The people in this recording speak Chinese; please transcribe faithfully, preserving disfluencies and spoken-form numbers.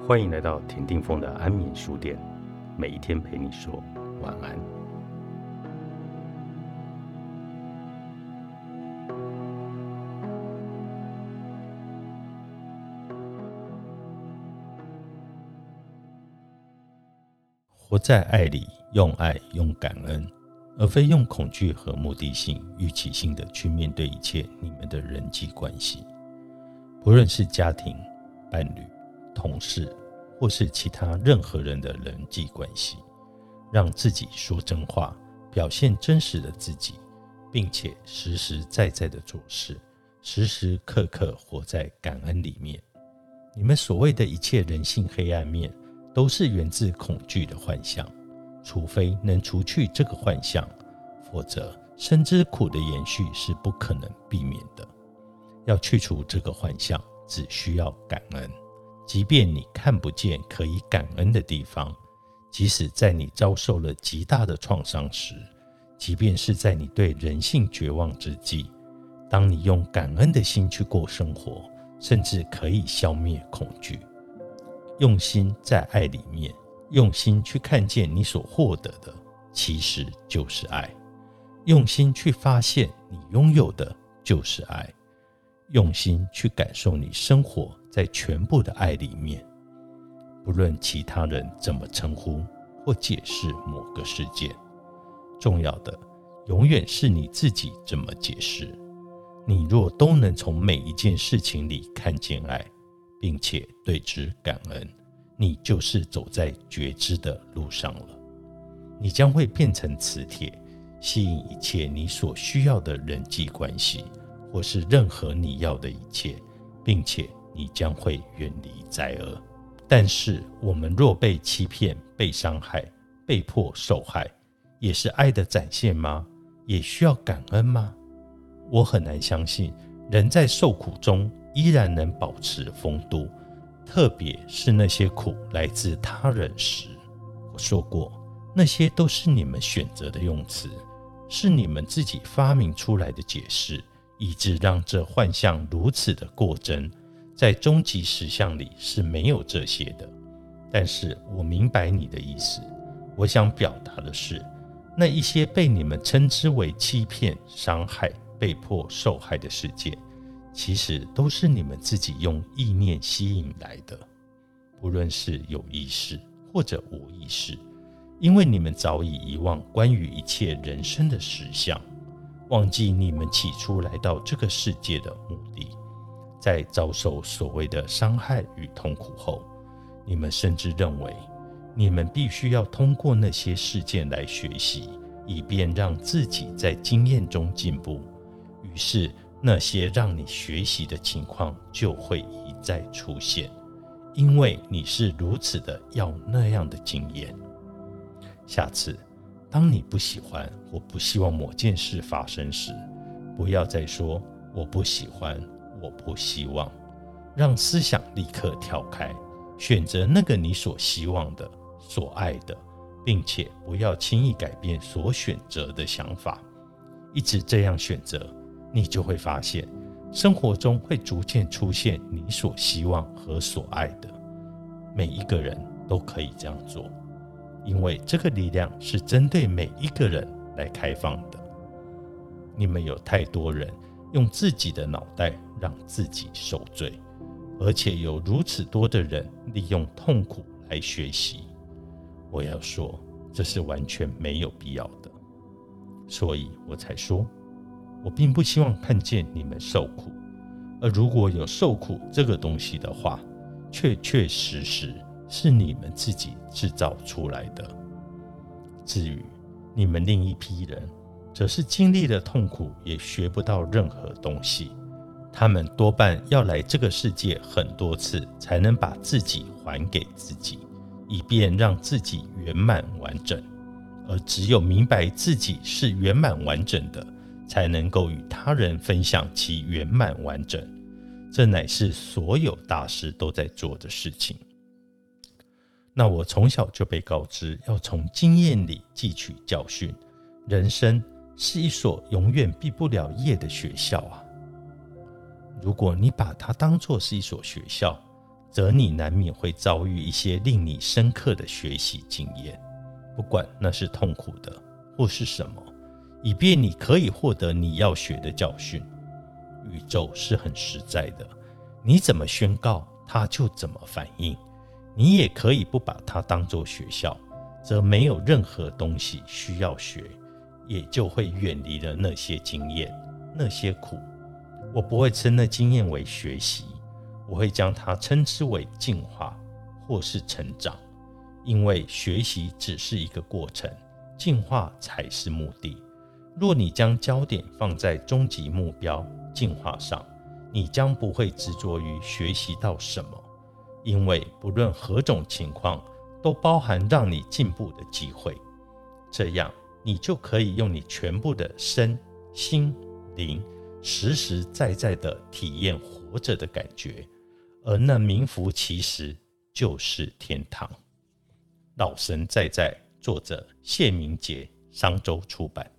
欢迎来到田定峰的安眠书店，每一天陪你说晚安。活在爱里，用爱用感恩，而非用恐惧和目的性、预期性的去面对一切你们的人际关系。不论是家庭、伴侣、同事，或是其他任何人的人际关系，让自己说真话，表现真实的自己，并且实实在在的做事，时时刻刻活在感恩里面。你们所谓的一切人性黑暗面，都是源自恐惧的幻象，除非能除去这个幻象，否则深知苦的延续是不可能避免的。要去除这个幻象，只需要感恩。即便你看不见可以感恩的地方，即使在你遭受了极大的创伤时，即便是在你对人性绝望之际，当你用感恩的心去过生活，甚至可以消灭恐惧。用心在爱里面，用心去看见你所获得的，其实就是爱。用心去发现你拥有的就是爱。用心去感受你生活在全部的爱里面，不论其他人怎么称呼或解释某个事件，重要的永远是你自己怎么解释。你若都能从每一件事情里看见爱，并且对之感恩，你就是走在觉知的路上了。你将会变成磁铁，吸引一切你所需要的人际关系，或是任何你要的一切，并且你将会远离灾厄。但是我们若被欺骗、被伤害、被迫受害，也是爱的展现吗？也需要感恩吗？我很难相信人在受苦中依然能保持风度，特别是那些苦来自他人时。我说过，那些都是你们选择的用词，是你们自己发明出来的解释，以致让这幻象如此的过真。在终极实相里是没有这些的。但是我明白你的意思，我想表达的是，那一些被你们称之为欺骗、伤害、被迫受害的事件，其实都是你们自己用意念吸引来的，不论是有意识或者无意识，因为你们早已遗忘关于一切人生的实相，忘记你们起初来到这个世界的目的。在遭受所谓的伤害与痛苦后，你们甚至认为你们必须要通过那些事件来学习，以便让自己在经验中进步。于是那些让你学习的情况就会一再出现，因为你是如此的要那样的经验。下次当你不喜欢或不希望某件事发生时，不要再说我不喜欢，我不希望，让思想立刻跳开，选择那个你所希望的、所爱的，并且不要轻易改变所选择的想法。一直这样选择，你就会发现生活中会逐渐出现你所希望和所爱的。每一个人都可以这样做，因为这个力量是针对每一个人来开放的。你们有太多人用自己的脑袋让自己受罪，而且有如此多的人利用痛苦来学习。我要说，这是完全没有必要的。所以我才说，我并不希望看见你们受苦，而如果有受苦这个东西的话，确确实实是你们自己制造出来的。至于你们另一批人，则是经历了痛苦也学不到任何东西，他们多半要来这个世界很多次，才能把自己还给自己，以便让自己圆满完整。而只有明白自己是圆满完整的，才能够与他人分享其圆满完整。这乃是所有大师都在做的事情。那我从小就被告知要从经验里汲取教训，人生是一所永远毕不了业的学校啊！如果你把它当作是一所学校， 则你难免会遭遇一些令你深刻的学习经验，不管那是痛苦的或是什么，以便你可以获得你要学的教训。宇宙是很实在的，你怎么宣告，它就怎么反应。你也可以不把它当作学校，则没有任何东西需要学，也就会远离了那些经验，那些苦。我不会称那经验为学习，我会将它称之为进化或是成长，因为学习只是一个过程，进化才是目的。若你将焦点放在终极目标进化上，你将不会执着于学习到什么，因为不论何种情况都包含让你进步的机会。这样你就可以用你全部的身心灵实实在在地体验活着的感觉，而那名副其实就是天堂。老神在在，作者谢明杰，商周出版。